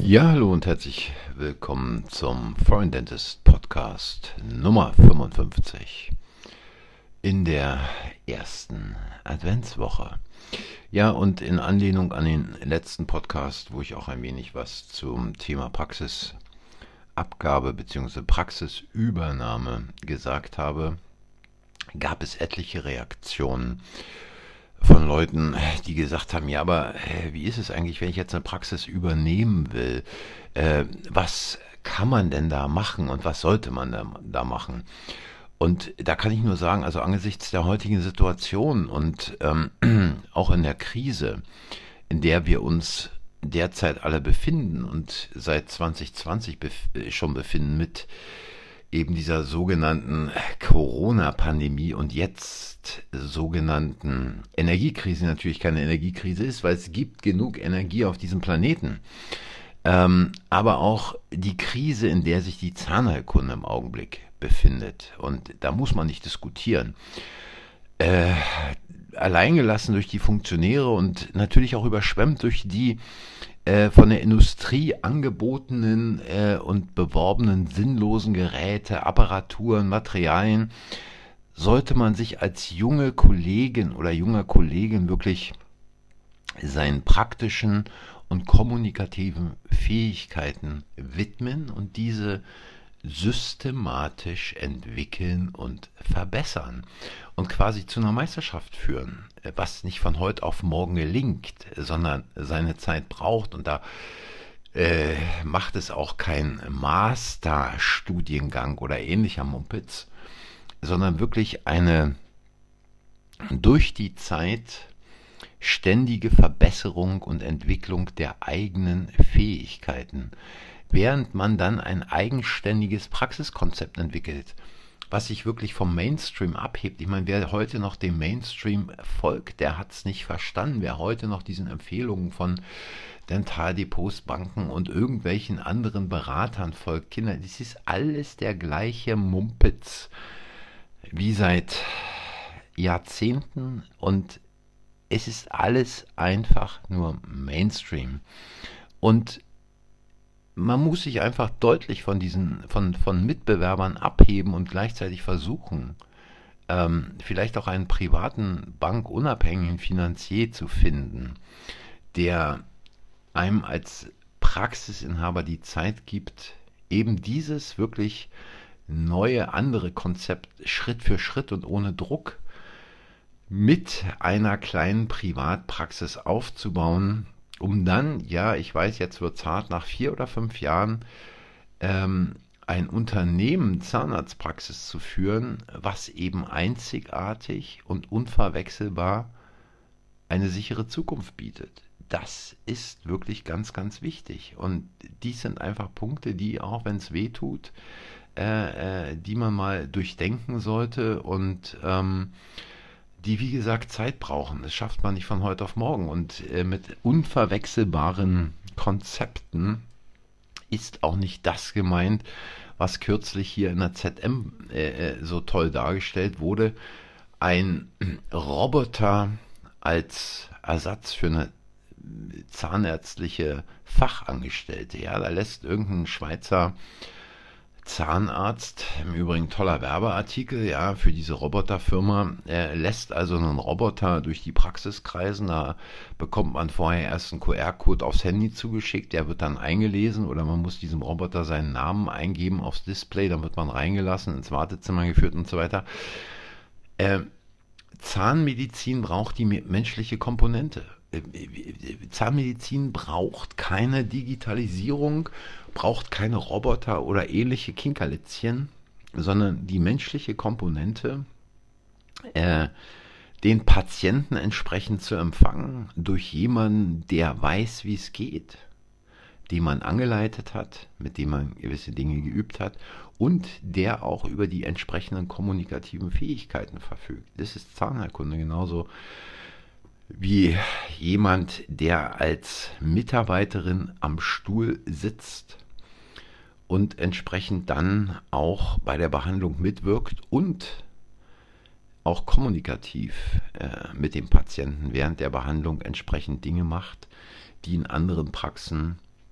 Ja, hallo und herzlich willkommen zum Foreign Dentist Podcast Nummer 55 in der ersten Adventswoche. Ja, und in Anlehnung an den letzten Podcast, wo ich auch ein wenig was zum Thema Praxisabgabe bzw. Praxisübernahme gesagt habe, gab es etliche Reaktionen von Leuten, die gesagt haben, ja, aber wie ist es eigentlich, wenn ich jetzt eine Praxis übernehmen will? Was kann man denn da machen und was sollte man da machen? Und da kann ich nur sagen, also angesichts der heutigen Situation und auch in der Krise, in der wir uns derzeit alle befinden und seit 2020 schon befinden mit eben dieser sogenannten Corona-Pandemie und jetzt sogenannten Energiekrise, natürlich keine Energiekrise ist, weil es gibt genug Energie auf diesem Planeten. Aber auch die Krise, in der sich die Zahnheilkunde im Augenblick befindet. Und da muss man nicht diskutieren. Alleingelassen durch die Funktionäre und natürlich auch überschwemmt durch die von der Industrie angebotenen und beworbenen sinnlosen Geräte, Apparaturen, Materialien, sollte man sich als junge Kollegin oder junger Kollegin wirklich seinen praktischen und kommunikativen Fähigkeiten widmen und diese systematisch entwickeln und verbessern und quasi zu einer Meisterschaft führen, was nicht von heute auf morgen gelingt, sondern seine Zeit braucht. Und da macht es auch kein Masterstudiengang oder ähnlicher Mumpitz, sondern wirklich eine durch die Zeit ständige Verbesserung und Entwicklung der eigenen Fähigkeiten, während man dann ein eigenständiges Praxiskonzept entwickelt, was sich wirklich vom Mainstream abhebt. Ich meine, wer heute noch dem Mainstream folgt, der hat es nicht verstanden. Wer heute noch diesen Empfehlungen von Dentaldepots, Banken und irgendwelchen anderen Beratern folgt, Kinder, das ist alles der gleiche Mumpitz wie seit Jahrzehnten und es ist alles einfach nur Mainstream. Und man muss sich einfach deutlich von von Mitbewerbern abheben und gleichzeitig versuchen, vielleicht auch einen privaten bankunabhängigen Finanzier zu finden, der einem als Praxisinhaber die Zeit gibt, eben dieses wirklich neue, andere Konzept Schritt für Schritt und ohne Druck mit einer kleinen Privatpraxis aufzubauen, um dann, ja, ich weiß, jetzt wird es hart, nach 4 oder 5 Jahren ein Unternehmen, Zahnarztpraxis zu führen, was eben einzigartig und unverwechselbar eine sichere Zukunft bietet. Das ist wirklich ganz, ganz wichtig. Und dies sind einfach Punkte, die, auch wenn es weh tut, die man mal durchdenken sollte und die, wie gesagt, Zeit brauchen. Das schafft man nicht von heute auf morgen. Und mit unverwechselbaren Konzepten ist auch nicht das gemeint, was kürzlich hier in der ZM so toll dargestellt wurde. Ein Roboter als Ersatz für eine zahnärztliche Fachangestellte. Ja, da lässt irgendein Schweizer Zahnarzt, im Übrigen toller Werbeartikel, ja, für diese Roboterfirma, lässt also einen Roboter durch die Praxis kreisen, da bekommt man vorher erst einen QR-Code aufs Handy zugeschickt, der wird dann eingelesen oder man muss diesem Roboter seinen Namen eingeben aufs Display, dann wird man reingelassen, ins Wartezimmer geführt und so weiter. Zahnmedizin braucht die menschliche Komponente. Zahnmedizin braucht keine Digitalisierung, braucht keine Roboter oder ähnliche Kinkerlitzchen, sondern die menschliche Komponente, den Patienten entsprechend zu empfangen durch jemanden, der weiß, wie es geht, den man angeleitet hat, mit dem man gewisse Dinge geübt hat und der auch über die entsprechenden kommunikativen Fähigkeiten verfügt. Das ist Zahnheilkunde genauso wie jemand, der als Mitarbeiterin am Stuhl sitzt und entsprechend dann auch bei der Behandlung mitwirkt und auch kommunikativ mit dem Patienten während der Behandlung entsprechend Dinge macht, die in anderen Praxen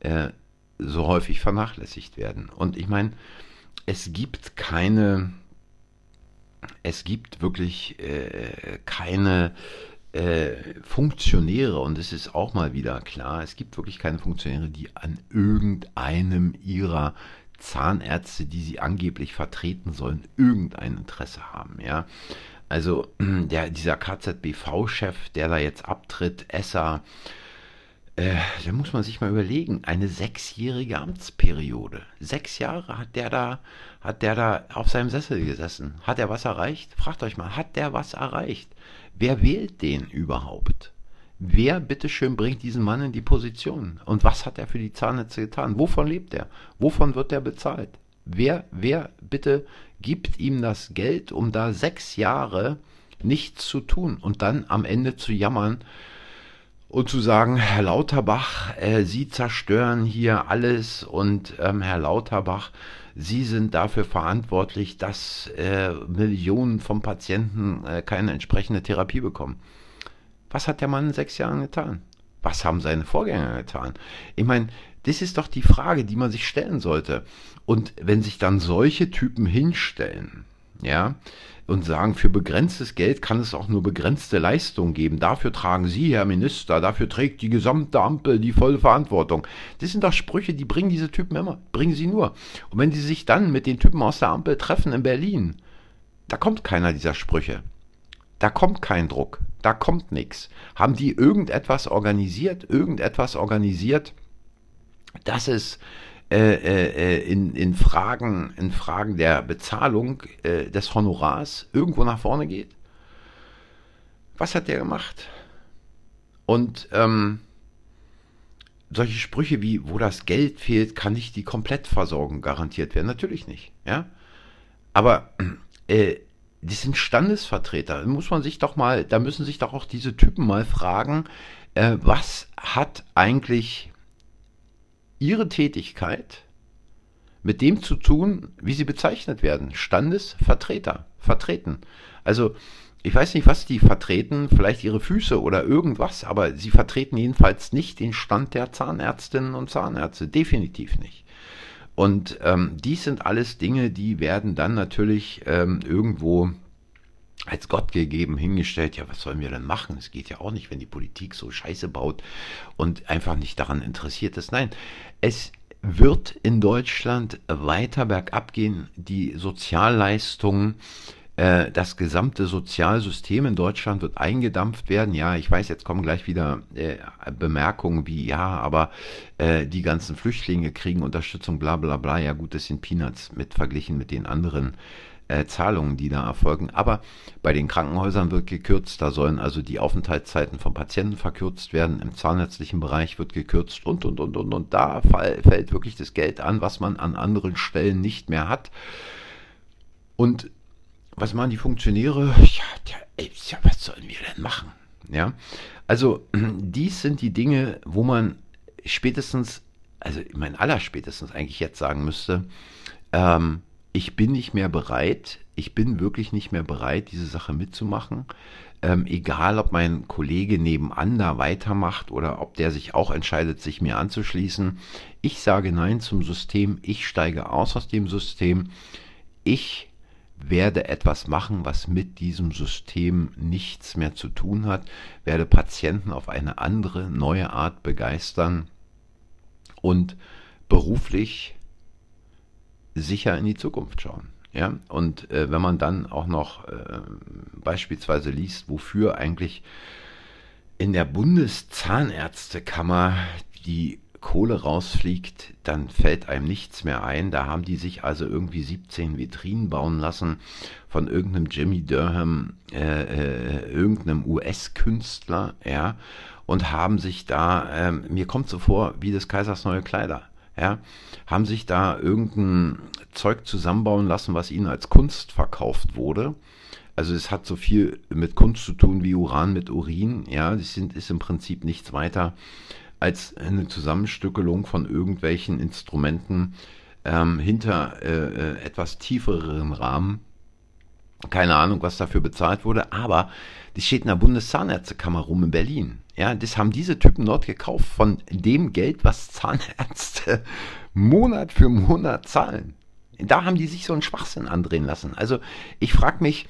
so häufig vernachlässigt werden. Und ich meine, es gibt keine, es gibt wirklich keine Funktionäre, und es ist auch mal wieder klar, es gibt wirklich keine Funktionäre, die an irgendeinem ihrer Zahnärzte, die sie angeblich vertreten sollen, irgendein Interesse haben. Ja? Also dieser KZBV-Chef, der da jetzt abtritt, Esser, da muss man sich mal überlegen, eine 6-jährige Amtsperiode. 6 Jahre hat der da auf seinem Sessel gesessen. Hat er was erreicht? Fragt euch mal, hat der was erreicht? Wer wählt den überhaupt? Wer, bitteschön, bringt diesen Mann in die Position? Und was hat er für die Zahnärzte getan? Wovon lebt er? Wovon wird er bezahlt? Wer bitte gibt ihm das Geld, um da 6 Jahre nichts zu tun und dann am Ende zu jammern und zu sagen, Herr Lauterbach, Sie zerstören hier alles, und Herr Lauterbach, Sie sind dafür verantwortlich, dass Millionen von Patienten keine entsprechende Therapie bekommen. Was hat der Mann in 6 Jahren getan? Was haben seine Vorgänger getan? Ich meine, das ist doch die Frage, die man sich stellen sollte. Und wenn sich dann solche Typen hinstellen, ja, und sagen, für begrenztes Geld kann es auch nur begrenzte Leistung geben. Dafür tragen Sie, Herr Minister, dafür trägt die gesamte Ampel die volle Verantwortung. Das sind doch Sprüche, die bringen diese Typen immer, bringen sie nur. Und wenn sie sich dann mit den Typen aus der Ampel treffen in Berlin, da kommt keiner dieser Sprüche. Da kommt kein Druck, da kommt nichts. Haben die irgendetwas organisiert, dass es in Fragen der Bezahlung des Honorars irgendwo nach vorne geht? Was hat der gemacht? Und solche Sprüche wie, wo das Geld fehlt, kann nicht die Komplettversorgung garantiert werden. Natürlich nicht. Ja? Aber das sind Standesvertreter. Da müssen sich doch auch diese Typen mal fragen, was hat eigentlich ihre Tätigkeit mit dem zu tun, wie sie bezeichnet werden. Standesvertreter, vertreten. Also, ich weiß nicht, was die vertreten, vielleicht ihre Füße oder irgendwas, aber sie vertreten jedenfalls nicht den Stand der Zahnärztinnen und Zahnärzte, definitiv nicht. Und dies sind alles Dinge, die werden dann natürlich irgendwo als Gott gegeben hingestellt. Ja, was sollen wir denn machen? Es geht ja auch nicht, wenn die Politik so Scheiße baut und einfach nicht daran interessiert ist. Nein, es wird in Deutschland weiter bergab gehen. Die Sozialleistungen, das gesamte Sozialsystem in Deutschland wird eingedampft werden. Ja, ich weiß, jetzt kommen gleich wieder Bemerkungen wie, ja, aber die ganzen Flüchtlinge kriegen Unterstützung, bla bla bla. Ja gut, das sind Peanuts mit verglichen mit den anderen Zahlungen, die da erfolgen. Aber bei den Krankenhäusern wird gekürzt, da sollen also die Aufenthaltszeiten von Patienten verkürzt werden, im zahnärztlichen Bereich wird gekürzt und. Da fällt wirklich das Geld an, was man an anderen Stellen nicht mehr hat. Und was machen die Funktionäre? Ja, was sollen wir denn machen? Ja, also dies sind die Dinge, wo man spätestens, also ich meine allerspätestens eigentlich jetzt sagen müsste, ich bin nicht mehr bereit, ich bin wirklich nicht mehr bereit, diese Sache mitzumachen. Egal, ob mein Kollege nebenan da weitermacht oder ob der sich auch entscheidet, sich mir anzuschließen. Ich sage Nein zum System, ich steige aus dem System. Ich werde etwas machen, was mit diesem System nichts mehr zu tun hat, werde Patienten auf eine andere, neue Art begeistern und beruflich sicher in die Zukunft schauen. Ja? Und wenn man dann auch noch beispielsweise liest, wofür eigentlich in der Bundeszahnärztekammer die Kohle rausfliegt, dann fällt einem nichts mehr ein. Da haben die sich also irgendwie 17 Vitrinen bauen lassen von irgendeinem Jimmy Durham, irgendeinem US-Künstler, ja, und haben sich da, mir kommt so vor, wie des Kaisers neue Kleider, ja, haben sich da irgendein Zeug zusammenbauen lassen, was ihnen als Kunst verkauft wurde. Also es hat so viel mit Kunst zu tun wie Uran mit Urin, ja, ist im Prinzip nichts weiter als eine Zusammenstückelung von irgendwelchen Instrumenten hinter etwas tieferen Rahmen. Keine Ahnung, was dafür bezahlt wurde, aber die steht in der Bundeszahnärztekammer rum in Berlin. Ja, das haben diese Typen dort gekauft von dem Geld, was Zahnärzte Monat für Monat zahlen. Da haben die sich so einen Schwachsinn andrehen lassen. Also ich frage mich,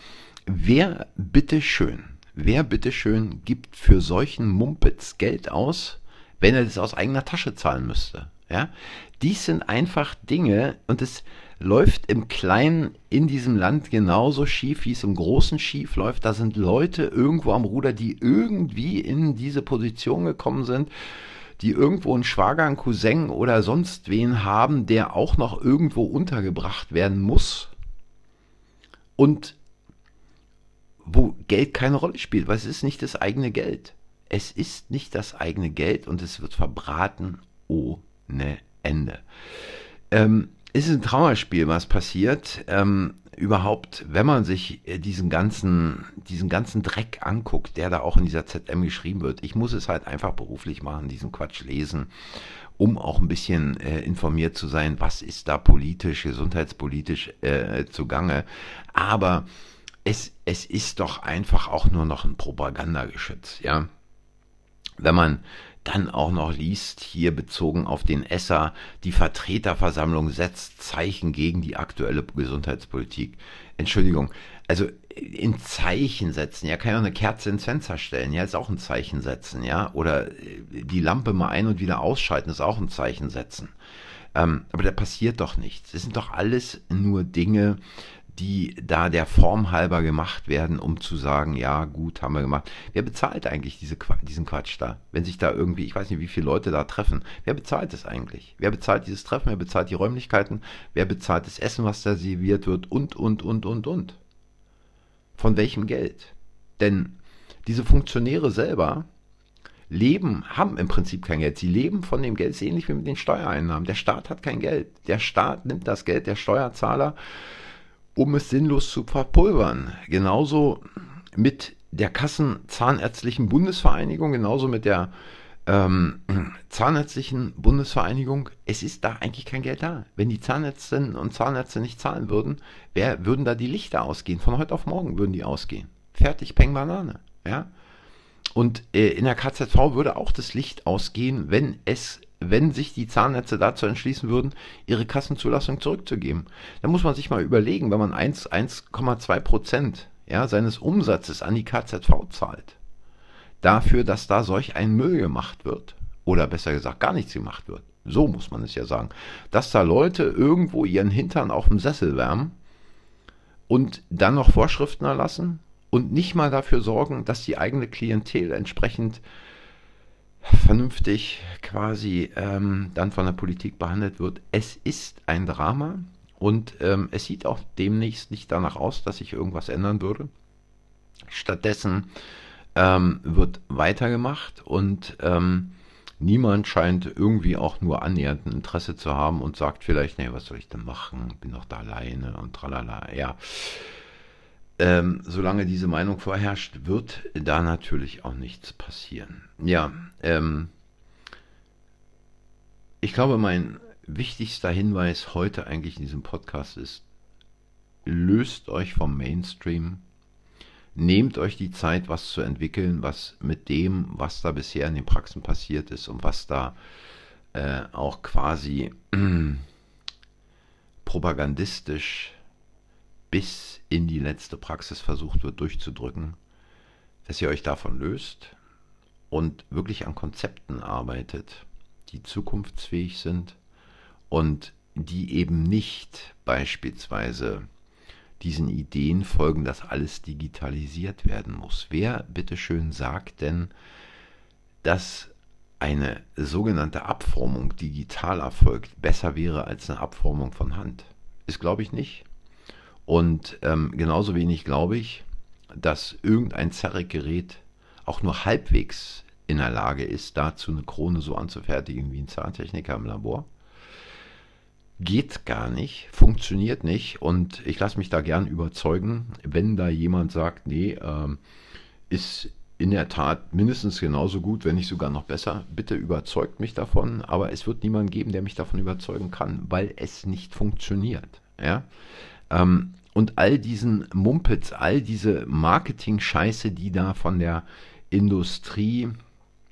wer bitteschön gibt für solchen Mumpitz Geld aus, wenn er das aus eigener Tasche zahlen müsste? Ja? Dies sind einfach Dinge, und es läuft im Kleinen in diesem Land genauso schief, wie es im Großen schief läuft. Da sind Leute irgendwo am Ruder, die irgendwie in diese Position gekommen sind, die irgendwo einen Schwager, einen Cousin oder sonst wen haben, der auch noch irgendwo untergebracht werden muss. Und wo Geld keine Rolle spielt, weil es ist nicht das eigene Geld. Es ist nicht das eigene Geld und es wird verbraten ohne Ende. Es ist ein Trauerspiel, was passiert. Überhaupt, wenn man sich diesen ganzen Dreck anguckt, der da auch in dieser ZM geschrieben wird. Ich muss es halt einfach beruflich machen, diesen Quatsch lesen, um auch ein bisschen informiert zu sein, was ist da politisch, gesundheitspolitisch zugange. Aber es ist doch einfach auch nur noch ein Propagandageschütz, ja. Wenn man dann auch noch liest, hier bezogen auf den Esser, die Vertreterversammlung setzt Zeichen gegen die aktuelle Gesundheitspolitik. Entschuldigung, also in Zeichen setzen, ja, kann ja auch eine Kerze ins Fenster stellen, ja, ist auch ein Zeichen setzen, ja, oder die Lampe mal ein- und wieder ausschalten, ist auch ein Zeichen setzen. Aber da passiert doch nichts. Es sind doch alles nur Dinge, die da der Form halber gemacht werden, um zu sagen, ja gut, haben wir gemacht. Wer bezahlt eigentlich diesen Quatsch da? Wenn sich da irgendwie, ich weiß nicht, wie viele Leute da treffen. Wer bezahlt es eigentlich? Wer bezahlt dieses Treffen? Wer bezahlt die Räumlichkeiten? Wer bezahlt das Essen, was da serviert wird? Und. Von welchem Geld? Denn diese Funktionäre selber haben im Prinzip kein Geld. Sie leben von dem Geld, ist ähnlich wie mit den Steuereinnahmen. Der Staat hat kein Geld. Der Staat nimmt das Geld der Steuerzahler, um es sinnlos zu verpulvern. Genauso mit der Kassenzahnärztlichen Bundesvereinigung, genauso mit der Zahnärztlichen Bundesvereinigung. Es ist da eigentlich kein Geld da. Wenn die Zahnärztinnen und Zahnärzte nicht zahlen würden, würden da die Lichter ausgehen. Von heute auf morgen würden die ausgehen. Fertig, Peng Banane. Ja? Und in der KZV würde auch das Licht ausgehen, wenn sich die Zahnärzte dazu entschließen würden, ihre Kassenzulassung zurückzugeben. Da muss man sich mal überlegen, wenn man 1,2% seines Umsatzes an die KZV zahlt, dafür, dass da solch ein Müll gemacht wird, oder besser gesagt gar nichts gemacht wird, so muss man es ja sagen, dass da Leute irgendwo ihren Hintern auf dem Sessel wärmen und dann noch Vorschriften erlassen und nicht mal dafür sorgen, dass die eigene Klientel entsprechend vernünftig quasi dann von der Politik behandelt wird. Es ist ein Drama und es sieht auch demnächst nicht danach aus, dass sich irgendwas ändern würde. Stattdessen wird weitergemacht und niemand scheint irgendwie auch nur annähernd ein Interesse zu haben und sagt vielleicht, nee, was soll ich denn machen? Bin doch da alleine und tralala. Ja. Solange diese Meinung vorherrscht, wird da natürlich auch nichts passieren. Ja, ich glaube, mein wichtigster Hinweis heute eigentlich in diesem Podcast ist, löst euch vom Mainstream, nehmt euch die Zeit, was zu entwickeln, was mit dem, was da bisher in den Praxen passiert ist und was da auch quasi propagandistisch bis in die letzte Praxis versucht wird durchzudrücken, dass ihr euch davon löst und wirklich an Konzepten arbeitet, die zukunftsfähig sind und die eben nicht beispielsweise diesen Ideen folgen, dass alles digitalisiert werden muss. Wer bitteschön sagt denn, dass eine sogenannte Abformung digital erfolgt, besser wäre als eine Abformung von Hand? Ist, glaube ich, nicht. Und genauso wenig glaube ich, dass irgendein Zerriggerät auch nur halbwegs in der Lage ist, dazu eine Krone so anzufertigen wie ein Zahntechniker im Labor. Geht gar nicht, funktioniert nicht und ich lasse mich da gern überzeugen, wenn da jemand sagt, nee, ist in der Tat mindestens genauso gut, wenn nicht sogar noch besser. Bitte überzeugt mich davon, aber es wird niemanden geben, der mich davon überzeugen kann, weil es nicht funktioniert. Ja? Und all diesen Mumpitz, all diese Marketing-Scheiße, die da von der Industrie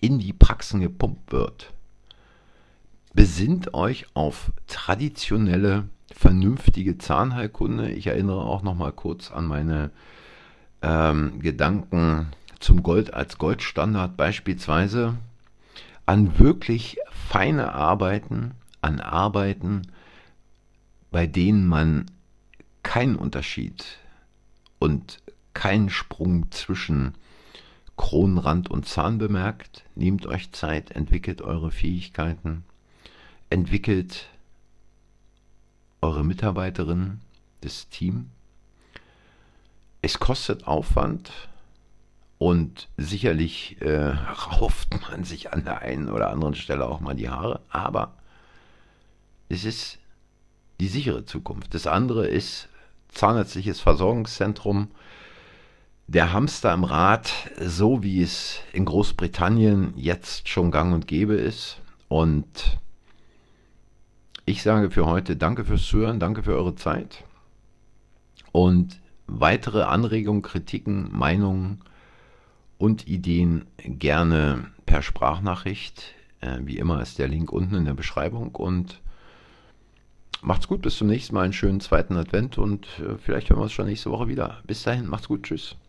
in die Praxen gepumpt wird. Besinnt euch auf traditionelle, vernünftige Zahnheilkunde. Ich erinnere auch noch mal kurz an meine Gedanken zum Gold als Goldstandard beispielsweise, an wirklich feine Arbeiten, an Arbeiten, bei denen man keinen Unterschied und keinen Sprung zwischen Kronrand und Zahn bemerkt. Nehmt euch Zeit, entwickelt eure Fähigkeiten, entwickelt eure Mitarbeiterinnen, das Team. Es kostet Aufwand und sicherlich rauft man sich an der einen oder anderen Stelle auch mal die Haare, aber es ist die sichere Zukunft. Das andere ist zahnärztliches Versorgungszentrum, der Hamster im Rad, so wie es in Großbritannien jetzt schon gang und gäbe ist. Und ich sage für heute danke fürs Zuhören, danke für eure Zeit und weitere Anregungen, Kritiken, Meinungen und Ideen gerne per Sprachnachricht. Wie immer ist der Link unten in der Beschreibung und macht's gut, bis zum nächsten Mal, einen schönen zweiten Advent und vielleicht hören wir uns schon nächste Woche wieder. Bis dahin, macht's gut, tschüss.